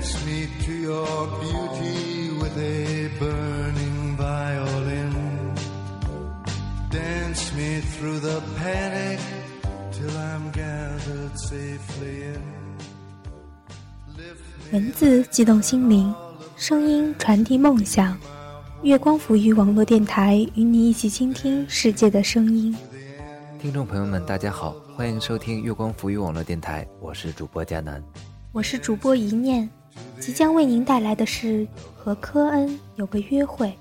Dance me to your beauty with a burning violin. Dance me through the panic till I'm gathered safely in. 文字激动心灵，声音传递梦想。月光浮语网络电台与你一起倾听世界的声音。 听众朋友们大家好，欢迎收听月光浮语网络电台，我是主播佳南， 我是主播一念，即将为您带来的是和科恩有个约会。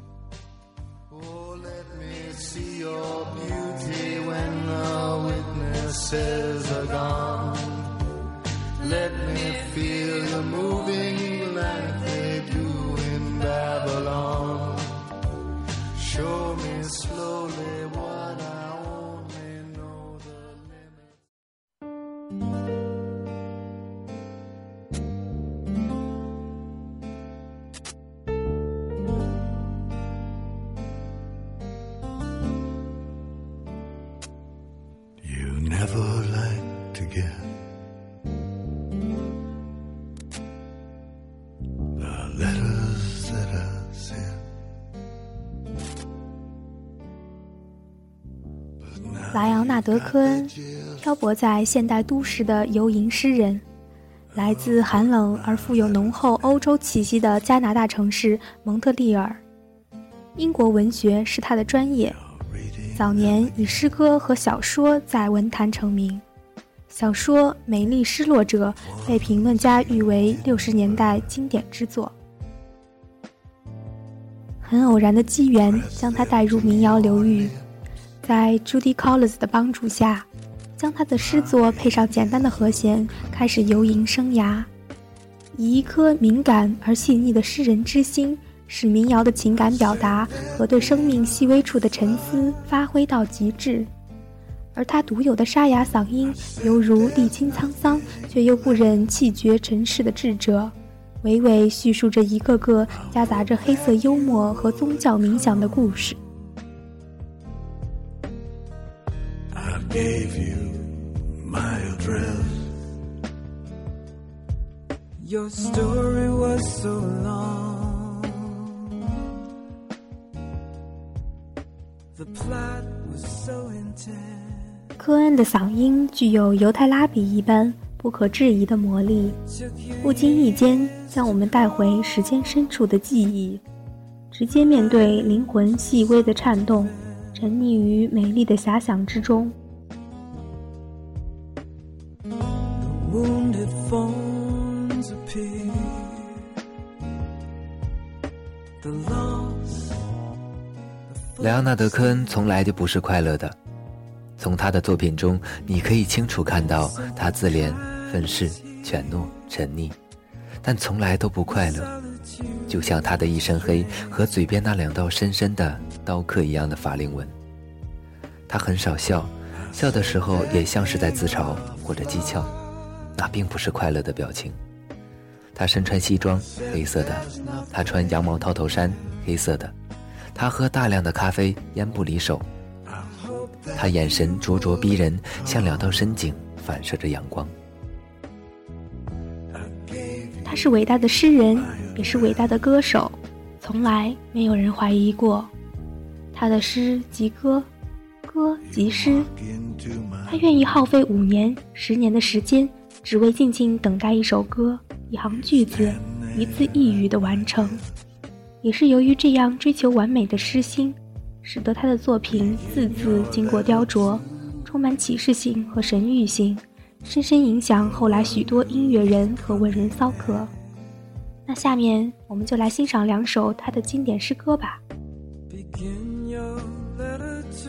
Let me feel you moving like they do in Babylon. Show me slowly what I only know the limit. You never like to get.Letters that I sent. 莱昂纳德·科恩，漂泊在现代都市的游吟诗人，来自寒冷而富有浓厚欧洲气息的加拿大城市蒙特利尔。英国文学是他的专业，早年以诗歌和小说在文坛成名。小说《美丽失落者》被评论家誉为60年代经典之作。很偶然的机缘将他带入民谣流域，在 Judy Collins 的帮助下，将他的诗作配上简单的和弦，开始游吟生涯。以一颗敏感而细腻的诗人之心，使民谣的情感表达和对生命细微处的沉思发挥到极致。而他独有的沙哑嗓音，犹如历经沧桑却又不忍弃绝尘世的智者，娓娓叙述着一个个夹杂着黑色幽默和宗教冥想的故事。 I gave you my address. Your story was so long. The plot was so intense. 科恩的嗓音具有犹太拉比一般不可置疑的魔力，不经意间将我们带回时间深处的记忆，直接面对灵魂细微的颤动，沉溺于美丽的遐想之中。 莱昂纳德·科恩从来就不是快乐的，从他的作品中，你可以清楚看到他自恋、愤世、权诺、沉溺，但从来都不快乐，就像他的一身黑和嘴边那2道深深的刀刻一样的法令纹。他很少笑，笑的时候也像是在自嘲或者讥诮，那并不是快乐的表情。他身穿西装，黑色的，他穿羊毛套头衫，黑色的，他喝大量的咖啡，烟不离手，他眼神灼灼逼人，像2道深井反射着阳光。 他是伟大的诗人，也是伟大的歌手，从来没有人怀疑过。他的诗即歌，歌即诗，他愿意耗费5年、10年的时间，只为静静等待一首歌、一行句子、一字一语的完成。也是由于这样追求完美的诗心，使得他的作品字字经过雕琢，充满启示性和神谕性，深深影响后来许多音乐人和文人骚客。那下面我们就来欣赏2首他的经典诗歌吧。 Begin your letter to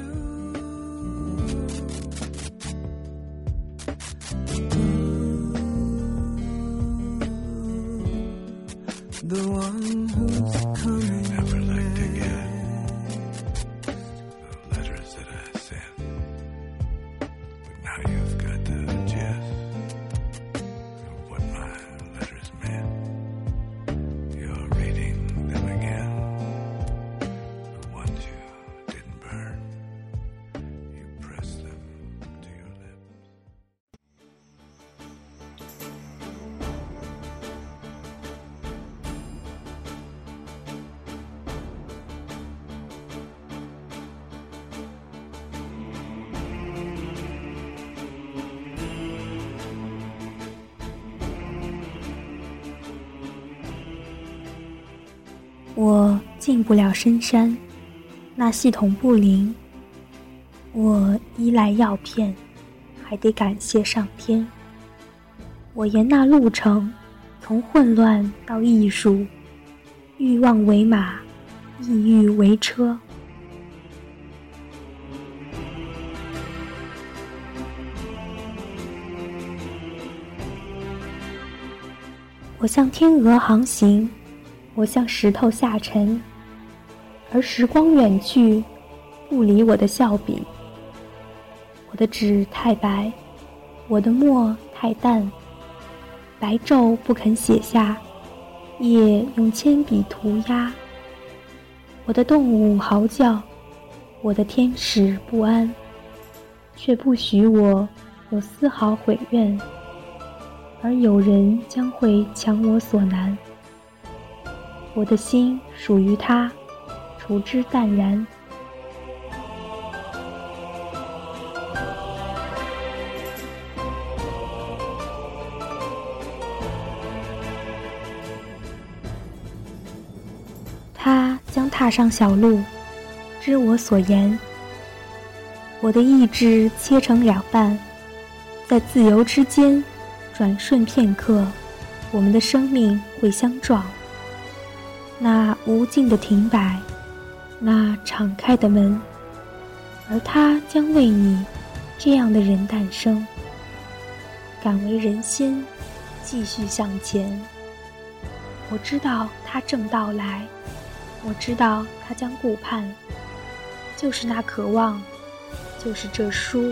the one who's coming. Never like to get the letters that I sent, but now you've got the gist of what my letters meant. You're reading them again, the ones you didn't burn. You press them to your lips. 我进不了深山，那系统不灵。我依赖药片，还得感谢上天。我沿那路程，从混乱到艺术，欲望为马，意欲为车。我向天鹅航行，我向石头下沉，而时光远去，不理我的笑柄。我的纸太白，我的墨太淡，白昼不肯写下，夜用铅笔涂鸦。我的动物嚎叫，我的天使不安，却不许我有丝毫悔怨。而有人将会强我所难，我的心属于他，除之淡然。他将踏上小路，知我所言。我的意志切成两半，在自由之间转瞬片刻，我们的生命会相撞。那无尽的停摆，那敞开的门，而他将为你这样的人诞生。敢为人先，继续向前。我知道他正到来，我知道他将顾盼，就是那渴望，就是这书。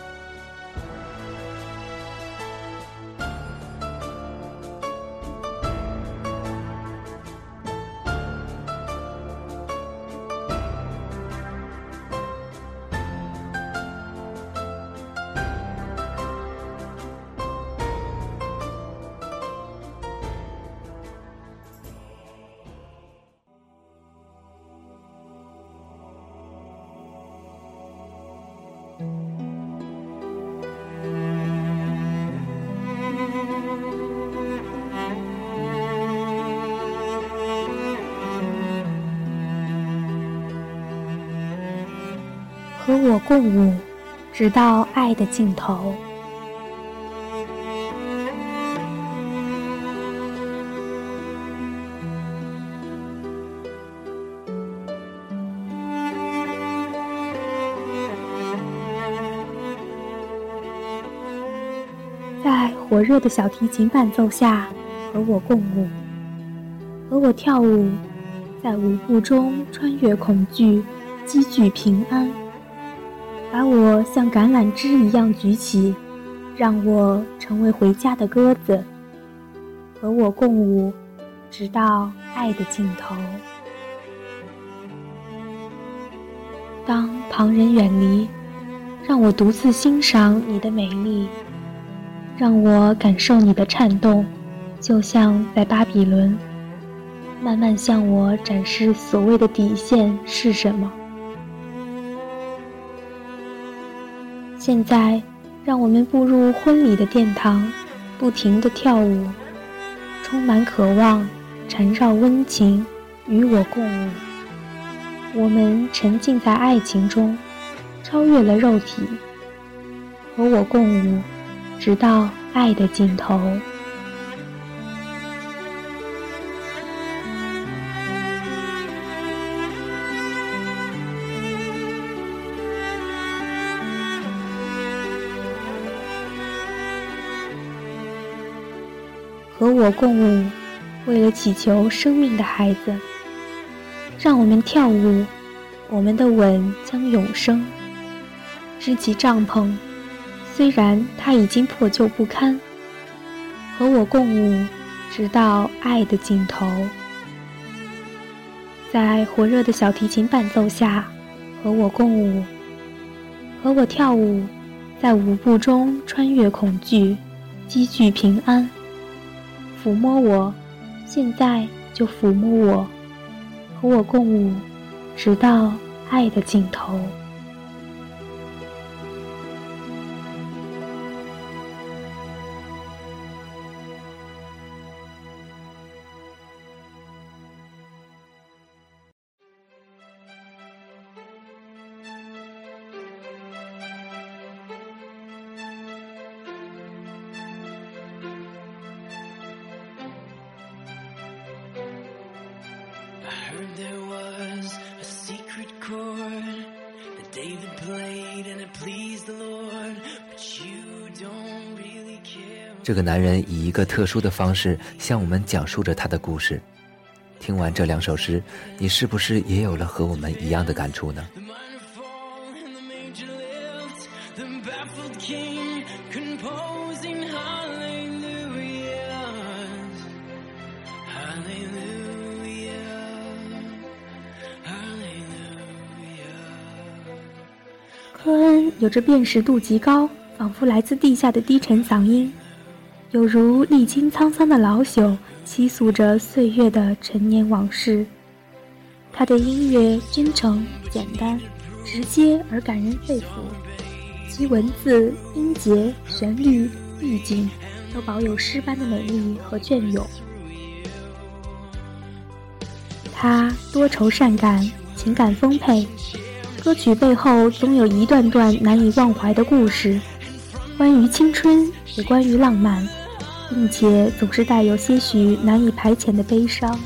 和我共舞，直到爱的尽头。在火热的小提琴伴奏下，和我共舞，和我跳舞，在舞步中穿越恐惧，积聚平安。把我像橄榄枝一样举起，让我成为回家的鸽子，和我共舞，直到爱的尽头。当旁人远离，让我独自欣赏你的美丽，让我感受你的颤动，就像在巴比伦，慢慢向我展示所谓的底线是什么。现在，让我们步入婚礼的殿堂，不停地跳舞，充满渴望，缠绕温情，与我共舞。我们沉浸在爱情中，超越了肉体，和我共舞，直到爱的尽头。和我共舞，为了祈求生命的孩子，让我们跳舞，我们的吻将永生。支起帐篷，虽然它已经破旧不堪，和我共舞，直到爱的尽头。在火热的小提琴伴奏下，和我共舞，和我跳舞，在舞步中穿越恐惧，积聚平安。抚摸我，现在就抚摸我，和我共舞，直到爱的尽头。 这个男人以一个特殊的方式向我们讲述着他的故事。听完这2首诗，你是不是也有了和我们一样的感触呢？ 科恩有着辨识度极高，仿佛来自地下的低沉嗓音，有如历经沧桑的老朽，倾诉着岁月的陈年往事。他的音乐真诚、简单、直接而感人肺腑，其文字、音节、旋律、意境都保有诗般的美丽和隽永。他多愁善感，情感丰沛，歌曲背后总有一段段难以忘怀的故事，关于青春，也关于浪漫，并且总是带有些许难以排遣的悲伤。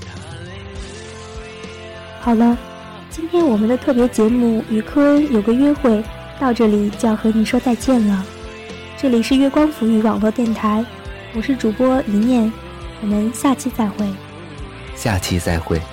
好了，今天我们的特别节目与科恩有个约会到这里就要和你说再见了。这里是月光浮语网络电台，我是主播一念，我们下期再会。 下期再会。